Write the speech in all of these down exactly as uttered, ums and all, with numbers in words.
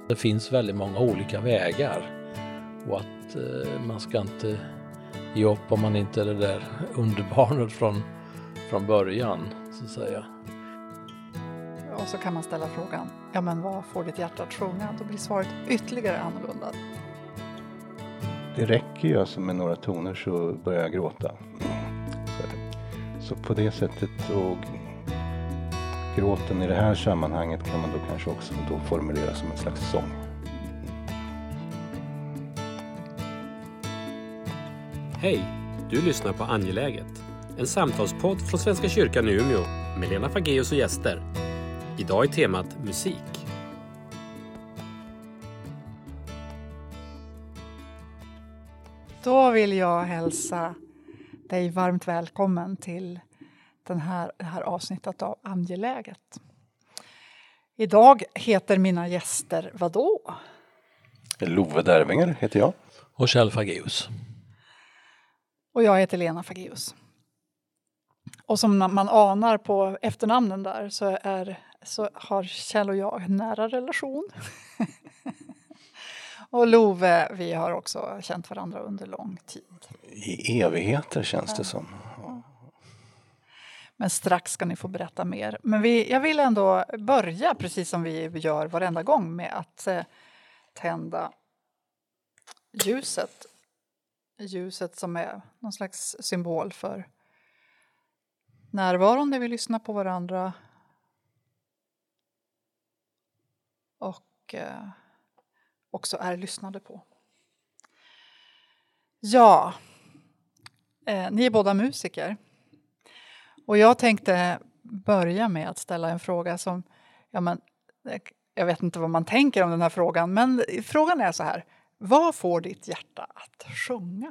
Det finns väldigt många olika vägar och att eh, man ska inte ge upp om man inte är det där underbarnet från, från början, så att säga. Och så kan man ställa frågan, ja men vad får ditt hjärta att sjunga? Då blir svaret ytterligare annorlunda. Det räcker ju alltså med några toner så börjar jag gråta. Så, så på det sättet, och gråten i det här sammanhanget kan man då kanske också då formulera som en slags sång. Hej, du lyssnar på Angeläget. En samtalspodd från Svenska kyrkan i Umeå med Lena Fageus och gäster. Idag är temat musik. Då vill jag hälsa dig varmt välkommen till den här, det här avsnittet av Angeläget. Idag heter mina gäster vadå? Love Dervinger heter jag. Och Kjell Fageus. Och jag heter Lena Fageus. Och som man anar på efternamnen där så, är, så har Kjell och jag en nära relation. Och Love, vi har också känt varandra under lång tid. I evigheter känns det som. Ja. Men strax ska ni få berätta mer. Men vi, jag vill ändå börja, precis som vi gör varenda gång, med att eh, tända ljuset. Ljuset som är någon slags symbol för närvaron när vi lyssnar på varandra. Och eh, också är lyssnade på. Ja, eh, ni är båda musiker. Och jag tänkte börja med att ställa en fråga som, ja men, jag vet inte vad man tänker om den här frågan, men frågan är så här. Vad får ditt hjärta att sjunga?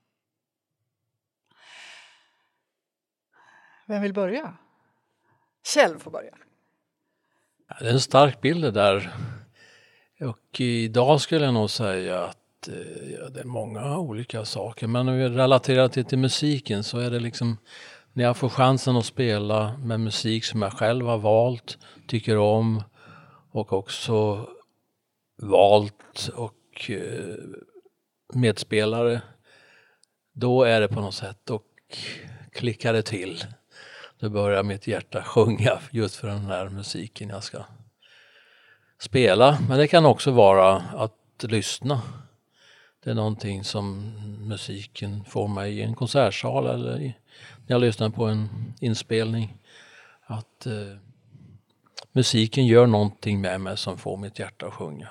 Vem vill börja? Kjell får börja. Ja, det är en stark bild där. Och idag skulle jag nog säga att eh, ja, det är många olika saker. Men när vi relaterar till, till musiken så är det liksom när jag får chansen att spela med musik som jag själv har valt, tycker om och också valt och eh, medspelare. Då är det på något sätt och klickar det till. Då börjar mitt hjärta sjunga just för den här musiken jag ska spela. Men det kan också vara att lyssna. Det är någonting som musiken får mig i en konsertsal eller i, när jag lyssnar på en inspelning. Att eh, musiken gör någonting med mig som får mitt hjärta att sjunga.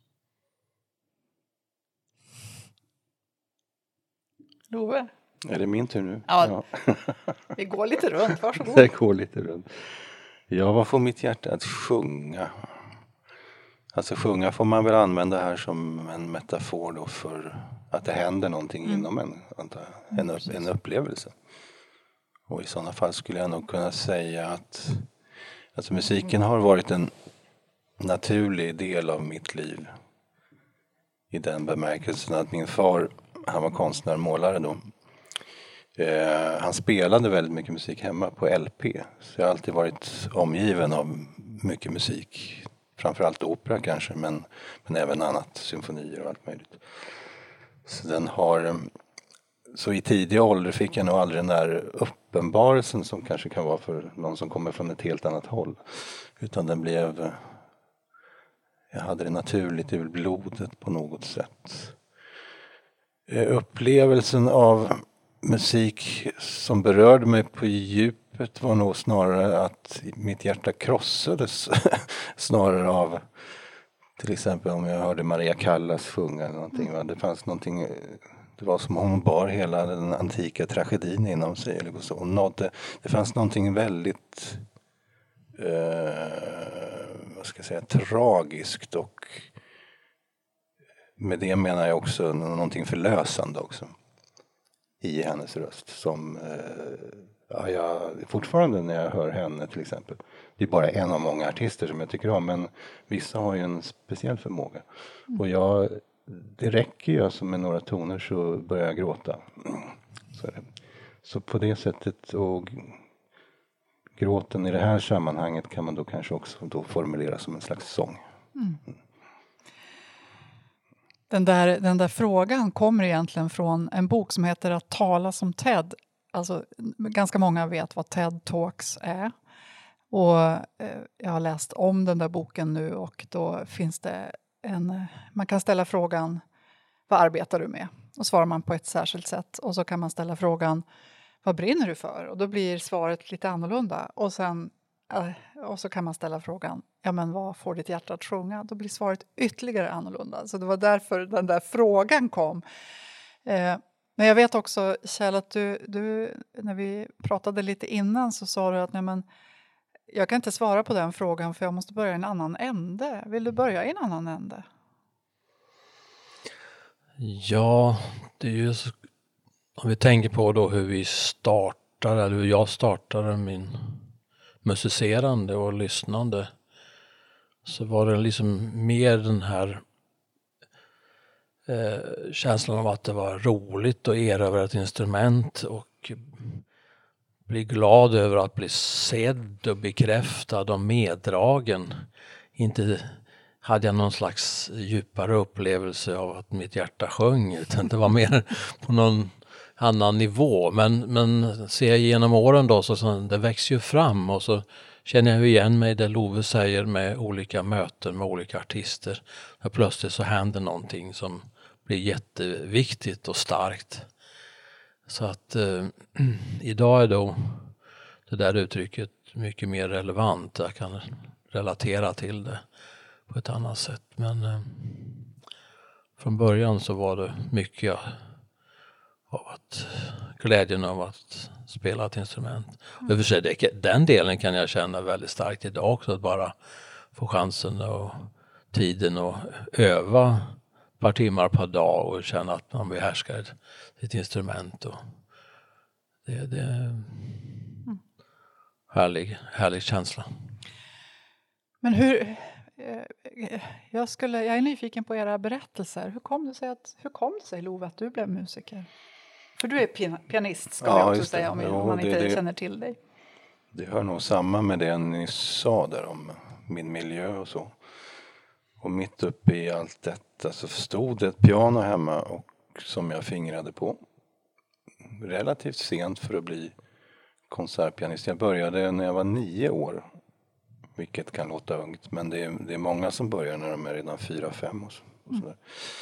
Love? Är det min tur nu? Ja, ja. Vi går lite runt, varsågod. Det går lite runt. Ja, vad får mitt hjärta att sjunga? Alltså sjunga får man väl använda här som en metafor då för att det händer någonting mm. inom en, en, upp, en upplevelse. Och i sådana fall skulle jag nog kunna säga att alltså musiken har varit en naturlig del av mitt liv. I den bemärkelsen att min far, han var konstnär och målare då. Eh, han spelade väldigt mycket musik hemma på L P. Så jag har alltid varit omgiven av mycket musik. Framförallt opera kanske, men, men även annat, symfonier och allt möjligt. Så den har... Så i tidig ålder fick jag nog aldrig den där uppenbarelsen som kanske kan vara för någon som kommer från ett helt annat håll. Utan den blev... Jag hade det naturligt i blodet på något sätt. Upplevelsen av musik som berörde mig på djupet var nog snarare att mitt hjärta krossades. Snarare av till exempel om jag hörde Maria Callas sjunga eller någonting. Va? Det fanns någonting... Det var som om hon bar hela den antika tragedin inom sig. Eller så. Hon nådde, det fanns någonting väldigt eh, vad ska jag säga, tragiskt, och med det menar jag också någonting förlösande också i hennes röst. Som eh, ja, jag, fortfarande när jag hör henne till exempel. Det är bara en av många artister som jag tycker om, men vissa har ju en speciell förmåga. Mm. Och jag... Det räcker ju alltså med några toner så börjar jag gråta. Så, så på det sättet, och gråten i det här sammanhanget kan man då kanske också då formulera som en slags sång. Mm. Den där, den där frågan kommer egentligen från en bok som heter Att tala som TED. Alltså, ganska många vet vad TED Talks är. Och eh, jag har läst om den där boken nu och då finns det en... Man kan ställa frågan, vad arbetar du med? Och svarar man på ett särskilt sätt. Och så kan man ställa frågan, vad brinner du för? Och då blir svaret lite annorlunda. Och sen... Och så kan man ställa frågan, ja men vad får ditt hjärta att sjunga? Då blir svaret ytterligare annorlunda. Så det var därför den där frågan kom. Eh, men jag vet också, Kjell, att du, du, när vi pratade lite innan så sa du att nej, men, jag kan inte svara på den frågan för jag måste börja i en annan ände. Vill du börja i en annan ände? Ja, det är ju så, om vi tänker på då hur vi startar, eller hur jag startade min musicerande och lyssnande, så var det liksom mer den här eh, känslan av att det var roligt att erövra ett instrument och bli glad över att bli sedd och bekräftad och meddragen. Inte hade jag någon slags djupare upplevelse av att mitt hjärta sjöng, utan det var mer på någon annan nivå. Men, men ser jag genom åren då så, så det växer ju fram och så känner jag igen mig det Love säger med olika möten med olika artister. Och plötsligt så händer någonting som blir jätteviktigt och starkt. Så att eh, idag är då det där uttrycket mycket mer relevant. Jag kan relatera till det på ett annat sätt. Men eh, från början så var det mycket av att, glädjen av att spela ett instrument. Och i och för sig, det, den delen kan jag känna väldigt starkt idag också. Att bara få chansen och tiden att öva ett par timmar per dag och känna att man behärskar ett, ett instrument. Och det, det är en härlig, härlig känsla. Men hur... Jag, skulle, jag är nyfiken på era berättelser. Hur kom det sig, att, hur kom det sig Love, att du blev musiker? För du är pianist, ska ja, jag också säga, om, jo, om man inte det, känner till dig. Det hör nog samman med det ni sa där om min miljö och så. Och mitt uppe i allt detta så stod det ett piano hemma och, som jag fingrade på. Relativt sent för att bli konsertpianist. Jag började när jag var nio år. Vilket kan låta ungt, men det är, det är många som börjar när de är redan fyra, fem och, så, och sådär.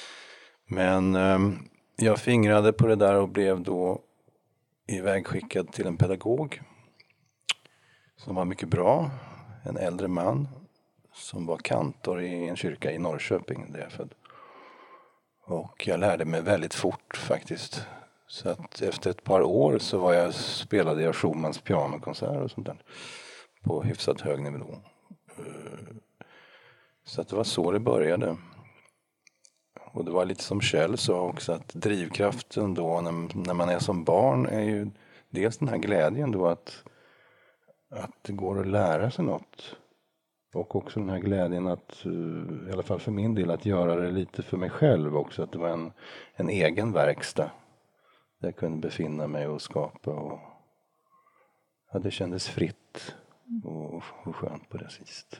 Men eh, jag fingrade på det där och blev då ivägskickad till en pedagog som var mycket bra. En äldre man som var kantor i en kyrka i Norrköping där jag född. Och jag lärde mig väldigt fort faktiskt. Så att efter ett par år så var jag, spelade jag Schumanns pianokonsert och sånt där. På hyfsat hög nivå. Så att det var så det började. Och det var lite som Kjell sa också, att drivkraften då när, när man är som barn är ju dels den här glädjen då att, att det går att lära sig något. Och också den här glädjen att, i alla fall för min del, att göra det lite för mig själv också. Att det var en, en egen verkstad där jag kunde befinna mig och skapa. Och, ja, det kändes fritt. Och, och skönt på det sist.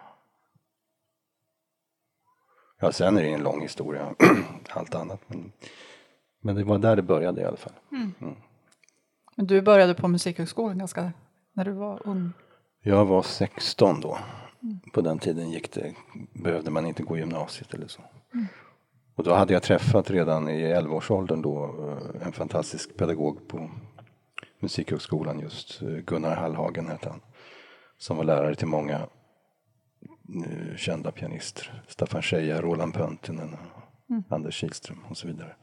Ja, sen är det en lång historia. Allt annat. Men, men det var där det började i alla fall. Mm. Mm. Men du började på musikhögskolan ganska när du var ung? Jag var sexton då. Mm. På den tiden gick det, behövde man inte gå gymnasiet eller så. Mm. Och då hade jag träffat redan i elvaårsåldern då en fantastisk pedagog på musikhögskolan, just Gunnar Hallhagen hette han. Som var lärare till många uh, kända pianister. Staffan Scheja, Roland Pöntinen, mm. Anders Kihlström och så vidare.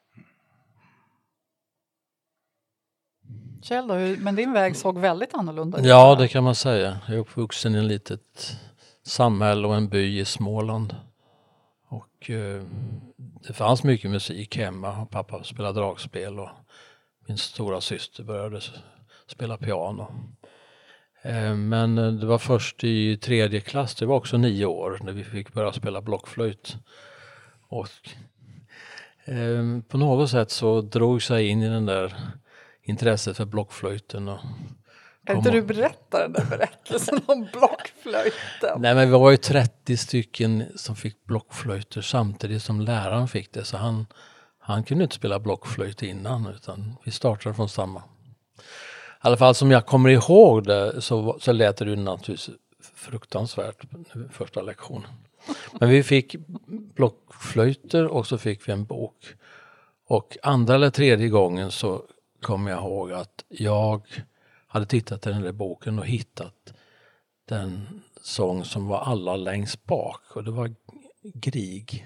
Kjell då, men din väg såg väldigt annorlunda ut. Ja, det kan man säga. Jag är uppvuxen i en litet samhälle och en by i Småland. Och uh, det fanns mycket musik hemma. Pappa spelade dragspel och min stora syster började spela piano. Men det var först i tredje klass, det var också nio år, när vi fick börja spela blockflöjt. Och eh, på något sätt så drog sig in i den där intresset för blockflöjten. Och Kan inte du berätta den där berättelsen om blockflöjten? Nej, men vi var ju trettio stycken som fick blockflöjter samtidigt som läraren fick det. Så han, han kunde inte spela blockflöjt innan, utan vi startade från samma. I alla fall som jag kommer ihåg det så, så lät det ju naturligtvis fruktansvärt första lektionen. Men vi fick blockflöjter och så fick vi en bok. Och andra eller tredje gången så kommer jag ihåg att jag hade tittat i den där boken och hittat den sång som var alla längst bak. Och det var Grieg.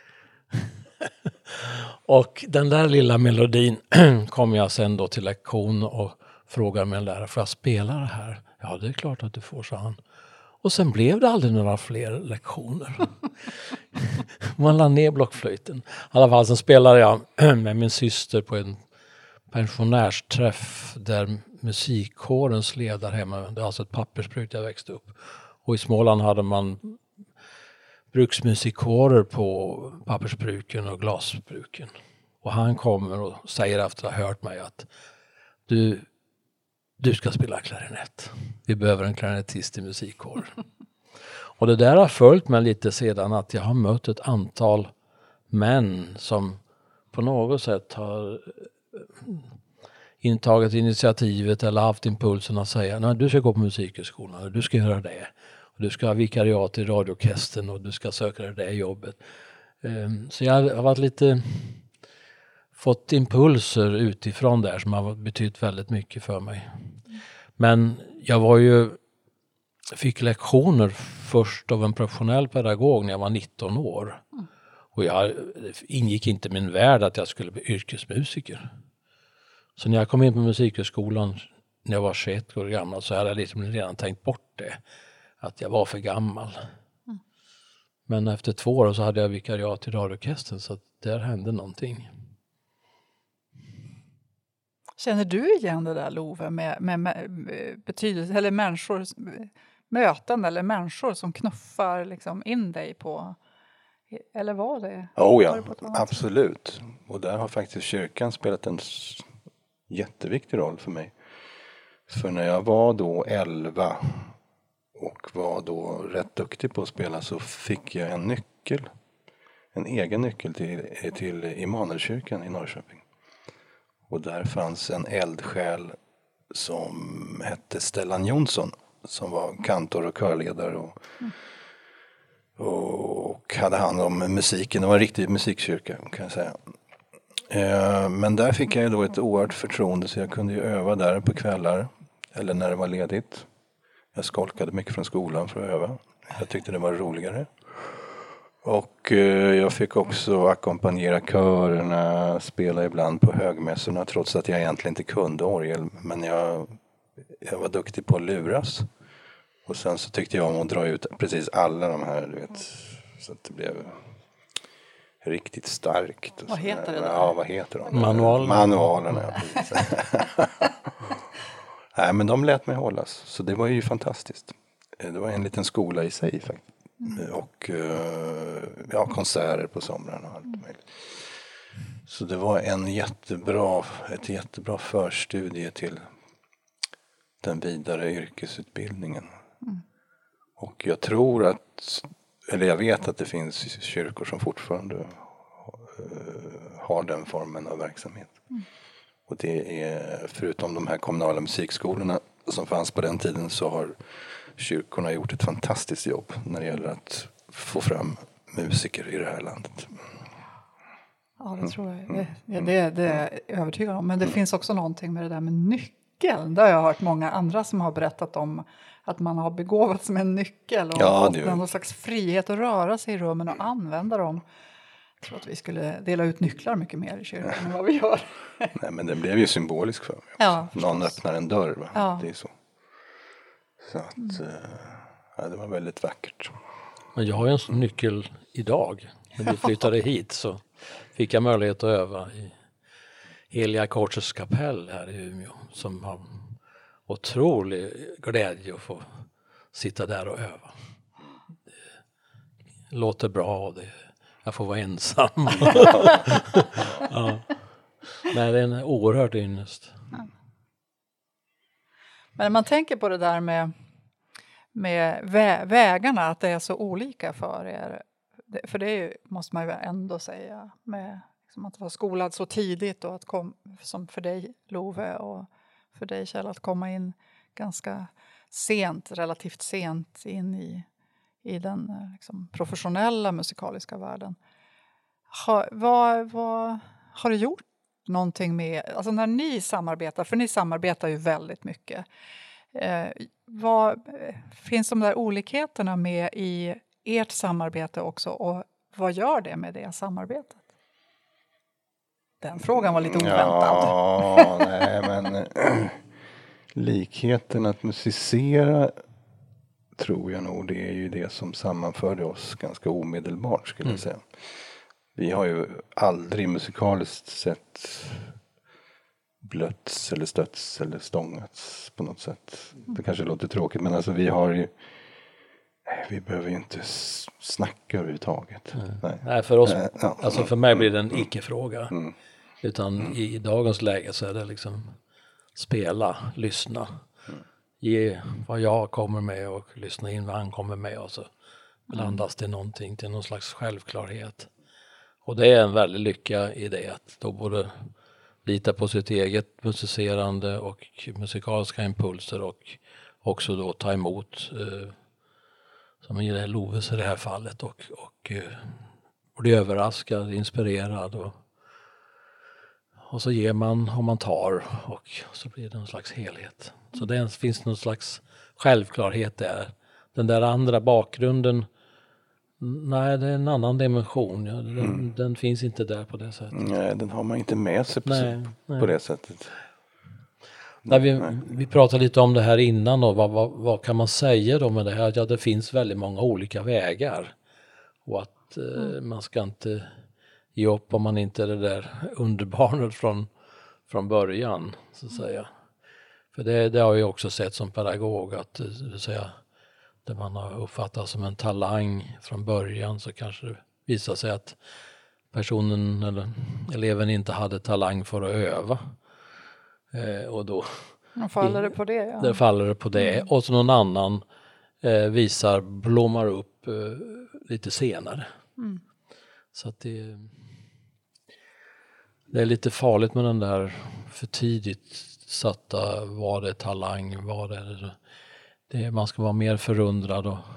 Och den där lilla melodin kom jag sen då till lektion och frågade min lärare, får jag spela det här? Ja, det är klart att du får, sa han. Och sen blev det aldrig några fler lektioner. Man la ner blockflöjten. I alla fall så spelade jag med min syster på en pensionärsträff där musikkårens ledare hemma. Det är alltså ett pappersbruk där jag växte upp. Och i Småland hade man bruksmusikkårer på pappersbruken och glasbruken. Och han kommer och säger efter att ha hört mig att du, du ska spela klarinett. Vi behöver en klarinettist i musikkåren. Och det där har följt mig lite sedan att jag har mött ett antal män som på något sätt har intagit initiativet eller haft impulsen att säga nej, du ska gå på musikhögskolan, du ska göra det. Och du ska ha vikariat i radioorkestern och du ska söka det där jobbet. Så jag har varit lite fått impulser utifrån där som har betytt väldigt mycket för mig. Men jag var ju fick lektioner först av en professionell pedagog när jag var nitton år. Och jag ingick inte i min värld att jag skulle bli yrkesmusiker. Så när jag kom in på musikhögskolan när jag var tjugoett år gammal så hade jag liksom redan tänkt bort det. Att jag var för gammal. Mm. Men efter två år så hade jag vikariat i radioorkestern så att där hände någonting. Känner du igen det där, Love, med, med, med betydelse, eller människor, möten eller människor som knuffar liksom in dig på, eller var det? Oh ja, absolut. Och där har faktiskt kyrkan spelat en jätteviktig roll för mig. För när jag var då elva och var då rätt duktig på att spela så fick jag en nyckel. En egen nyckel till, till Immanuelskyrkan i Norrköping. Och där fanns en eldsjäl som hette Stellan Jonsson som var kantor och körledare och, mm. och hade hand om musiken. Det var en riktig musikkyrka kan jag säga. Eh, men där fick jag ju då ett oerhört förtroende så jag kunde ju öva där på kvällar eller när det var ledigt. Jag skolkade mycket från skolan för att öva. Jag tyckte det var roligare. Och eh, jag fick också ackompanjera körerna, spela ibland på högmässorna trots att jag egentligen inte kunde orgel. Men jag, jag var duktig på att luras. Och sen så tyckte jag om att dra ut precis alla de här, du vet, så att det blev riktigt starkt. Och vad heter det då? Ja, vad heter de? Manualerna. Manualerna, ja, precis. Nej, men de lät mig hållas. Så det var ju fantastiskt. Det var en liten skola i sig faktiskt. Mm. Och ja, konserter på somrarna och allt möjligt. Så det var en jättebra, ett jättebra förstudie till den vidare yrkesutbildningen. Mm. Och jag tror att, eller jag vet att det finns kyrkor som fortfarande uh, har den formen av verksamhet. Mm. Och det är, förutom de här kommunala musikskolorna som fanns på den tiden så har kyrkorna gjort ett fantastiskt jobb när det gäller att få fram musiker i det här landet. Ja, det tror jag. Det, det, det, det är jag övertygad om. Men det mm. finns också någonting med det där med nyckeln. Där har jag hört många andra som har berättat om att man har begåvats med en nyckel och ja, fått någon slags frihet att röra sig i rummen och använda dem. Jag tror att vi skulle dela ut nycklar mycket mer i kyrkan än vad vi gör. Nej, men det blev ju symboliskt för mig. Ja, någon öppnar en dörr, va? Ja. Det är så. Så att, mm. ja, det var väldigt vackert. Jag har ju en sån nyckel idag. När vi flyttade hit så fick jag möjlighet att öva i Heliga Korsets kapell här i Umeå. Som har otrolig glädje att få sitta där och öva. Det låter bra och det, jag får vara ensam. Ja. Men det är en oerhört ynnest. Men när man tänker på det där med, med vä- vägarna, att det är så olika för er. Det, för det är ju, måste man ju ändå säga, med liksom att vara skolad så tidigt och att kom, som för dig Love och för dig Kjell, att komma in ganska sent, relativt sent in i, i den liksom, professionella musikaliska världen. Har, vad, vad, har det gjort någonting med, alltså när ni samarbetar, för ni samarbetar ju väldigt mycket. Eh, vad, finns de där olikheterna med i ert samarbete också, och vad gör det med det samarbetet? Den frågan var lite oväntad. Ja, nej men likheten att musicera tror jag nog det är ju det som sammanförde oss ganska omedelbart skulle mm. jag säga. Vi har ju aldrig musikaliskt sett blötts eller stötts eller stångats på något sätt. Det kanske låter tråkigt, men alltså vi har ju vi behöver ju inte snacka överhuvudtaget. Nej. Nej. Nej, för oss, äh, ja. alltså för mig blir det en icke-fråga. Mm. Utan mm. i dagens läge så är det liksom spela, lyssna. Mm. Ge vad jag kommer med och lyssna in vad han kommer med, och så blandas det någonting till någon slags självklarhet. Och det är en väldigt lycka i det, att då både lita på sitt eget musicerande och musikaliska impulser, och också då ta emot eh, som i det Loves i det här fallet, och, och, eh, och bli överraskad, inspirerad, och, och så ger man och man tar, och så blir det en slags helhet. Så det finns någon slags självklarhet där. Den där andra bakgrunden, nej, det är en annan dimension. Ja, den, mm. den finns inte där på det sättet. Nej, den har man inte med sig på, nej, på nej. det sättet. Nej, vi, vi pratade lite om det här innan, och vad, vad, vad kan man säga då med det här? Ja, det finns väldigt många olika vägar. Och att mm. eh, man ska inte ge upp om man inte är det där underbarnet från, från början, så att säga. För det, det har jag också sett som pedagog, att det vill säga, det man har uppfattat som en talang från början, så kanske det visar sig att personen eller eleven inte hade talang för att öva. Eh, och då och faller det på det. Ja. Där faller det på det. Mm. Och så någon annan eh, visar, blommar upp eh, lite senare. Mm. Så att det, det är lite farligt med den där för tidigt satta, vad det är talang, vad det är. Det, man ska vara mer förundrad och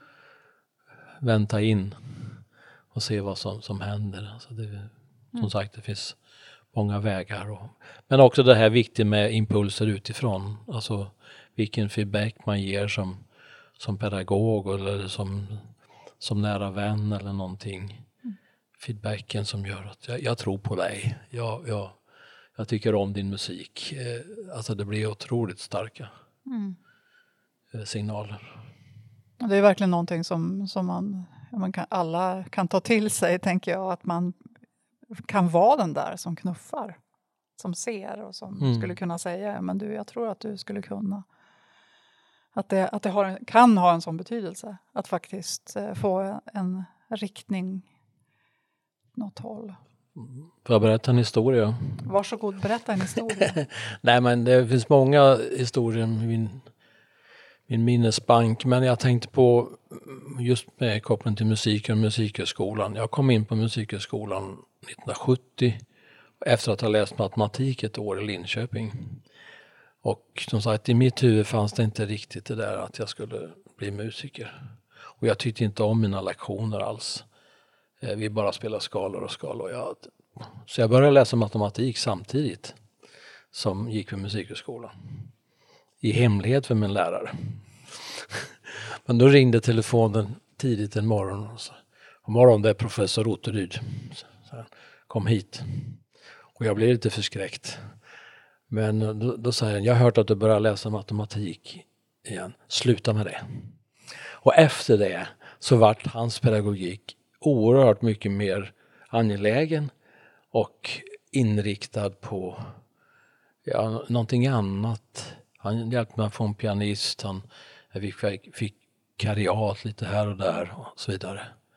vänta in och se vad som, som händer. Alltså det, som mm. sagt, det finns många vägar. Och, men också det här viktigt med impulser utifrån. Alltså vilken feedback man ger som, som pedagog eller som, som nära vän eller någonting. Mm. Feedbacken som gör att jag, jag tror på dig. Jag, jag, jag tycker om din musik. Eh, alltså det blir otroligt starka mm. eh, signaler. Det är verkligen någonting som, som man, man kan, alla kan ta till sig, tänker jag. Att man kan vara den där som knuffar. Som ser och som mm. skulle kunna säga, men du, jag tror att du skulle kunna. Att det, att det har en, kan ha en sån betydelse. Att faktiskt eh, få en riktning något håll. Får jag berätta en historia? Varsågod, berätta en historia. Nej, men det finns många historier i min, min minnesbank. Men jag tänkte på just med koppling till musiken och musikhögskolan. Jag kom in på musikhögskolan nittonhundrasjuttio efter att ha läst matematik ett år i Linköping. Och som sagt, i mitt huvud fanns det inte riktigt det där att jag skulle bli musiker. Och jag tyckte inte om mina lektioner alls. Vi bara spelade skalor och skalor. Jag, så jag började läsa matematik samtidigt som gick på musikhögskolan. I hemlighet för min lärare. Men då ringde telefonen tidigt en morgon. Och så, God morgon, det är professor Rotteryd. Kom hit. Och jag blev lite förskräckt. Men då, då säger han, jag har hört att du börjar läsa matematik igen. Sluta med det. Och efter det så vart hans pedagogik oerhört mycket mer angelägen och inriktad på ja, någonting annat. Han hjälpte mig att få en pianist, han fick, fick kariat lite här och där och så vidare.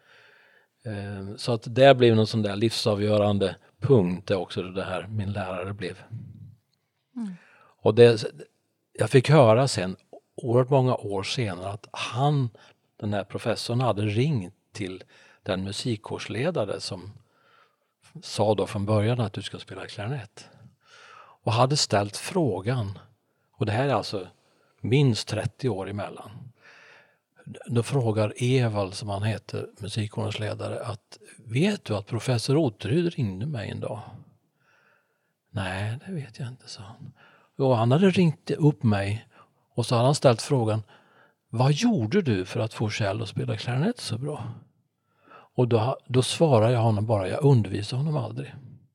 Så att det blev någon sån där livsavgörande punkt, det också det här min lärare blev. Mm. Och det, jag fick höra sen, oerhört många år senare, att han, den här professorn, hade ringt till den musikkårsledare som sa då från början att du ska spela klarinett. Och hade ställt frågan, och det här är alltså minst trettio år emellan. Då frågar Evald, som han heter, musikkårens ledare, att vet du att professor Otterud ringde mig en dag? Nej, det vet jag inte, sa han. Och han hade ringt upp mig och så hade han ställt frågan, vad gjorde du för att få Kjell att spela klarinett så bra? Och då, då svarade jag honom bara, jag undervisade honom aldrig.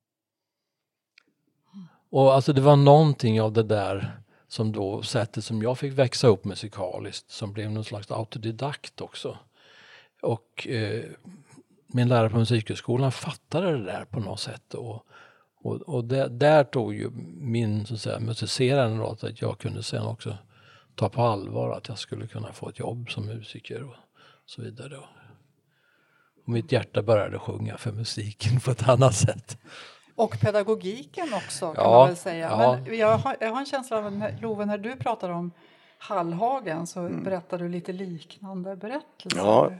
Och alltså det var någonting av det där som då, sättet som jag fick växa upp musikaliskt, som blev någon slags autodidakt också. Och eh, min lärare på musikhögskolan fattade det där på något sätt. Och, och, och där, där tog ju min, så att säga, musicerande råd att jag kunde sen också ta på allvar att jag skulle kunna få ett jobb som musiker och så vidare. Och mitt hjärta började sjunga för musiken på ett annat sätt. Och pedagogiken också, kan ja, man väl säga. Ja. Men jag har, jag har en känsla av att Love, när du pratar om Hallhagen så mm. berättar du lite liknande berättelser. Ja,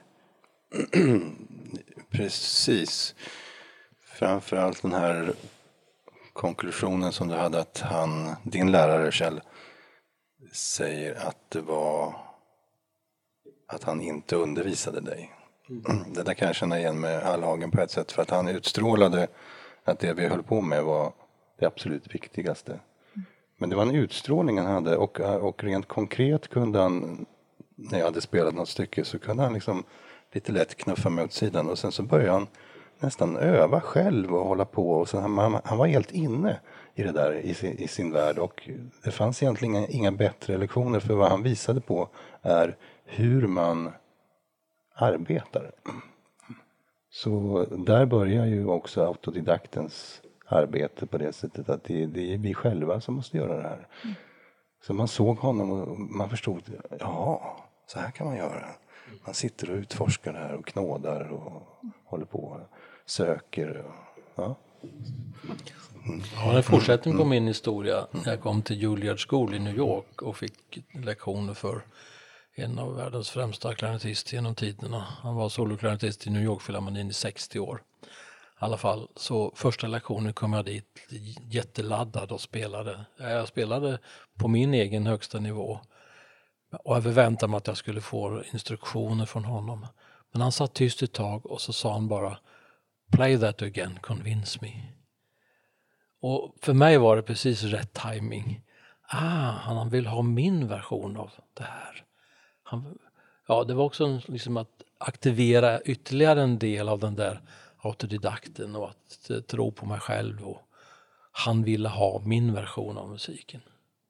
precis. Framförallt den här konklusionen som du hade, att han, din lärare Kjell, säger att det var att han inte undervisade dig. Mm. Det där kan jag känna igen med Hallhagen på ett sätt, för att han utstrålade att det vi höll på med var det absolut viktigaste. Mm. Men det var en utstrålning han hade, och, och rent konkret kunde han, när jag hade spelat något stycke, så kunde han liksom lite lätt knuffa mig åt sidan, och sen så började han nästan öva själv och hålla på, och så han, han, han var helt inne i det där, i sin, i sin värld, och det fanns egentligen inga, inga bättre lektioner, för vad han visade på är hur man arbetar. Så där börjar ju också autodidaktens arbete på det sättet att det, det är vi själva som måste göra det här. Mm. Så man såg honom och man förstod, ja, så här kan man göra. Man sitter och utforskar det här och knådar och mm. håller på och söker. Och, ja. Mm. Jag har en fortsättning på min historia. Jag kom till Juilliard School i New York och fick lektioner för en av världens främsta klarinettister genom tiderna. Han var soloklarinetist i New York-filharmonin i sextio år. I alla fall, så första lektionen kom jag dit jätteladdad och spelade. Jag spelade på min egen högsta nivå. Och jag förväntade mig att jag skulle få instruktioner från honom. Men han satt tyst ett tag och så sa han bara, play that again, convince me. Och för mig var det precis rätt timing. Ah, han vill ha min version av det här. Han, ja, det var också liksom att aktivera ytterligare en del av den där autodidakten och att uh, tro på mig själv, och han ville ha min version av musiken.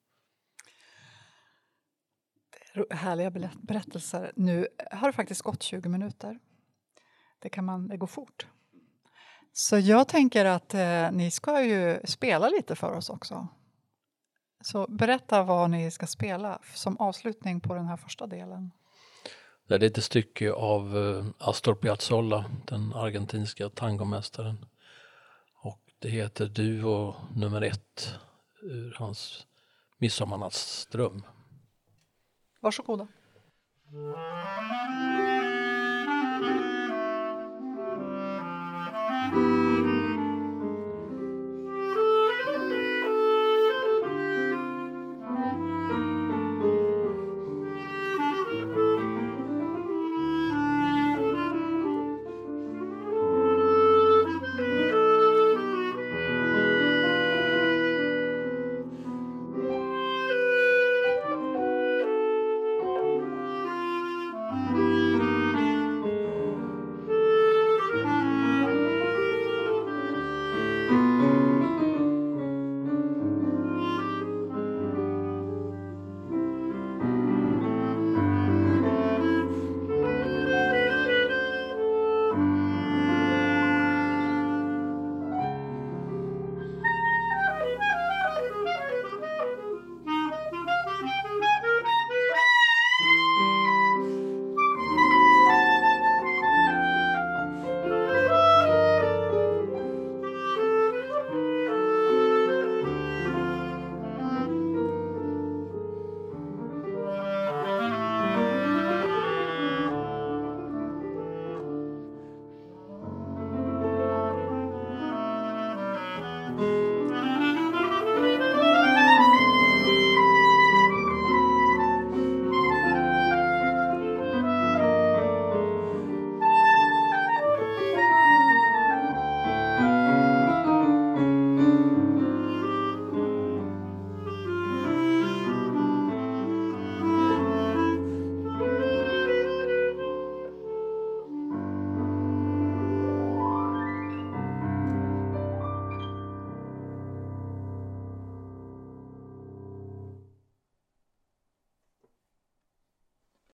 Det är härliga berättelser. Nu har det faktiskt gått tjugo minuter. Det kan man, det går fort. Så jag tänker att eh, ni ska ju spela lite för oss också. Så berätta vad ni ska spela som avslutning på den här första delen. Det är ett stycke av uh, Astor Piazzolla, den argentinska tangomästaren. Och det heter Duo nummer ett ur hans Midsommarnattsdröm. Varsågoda. Thank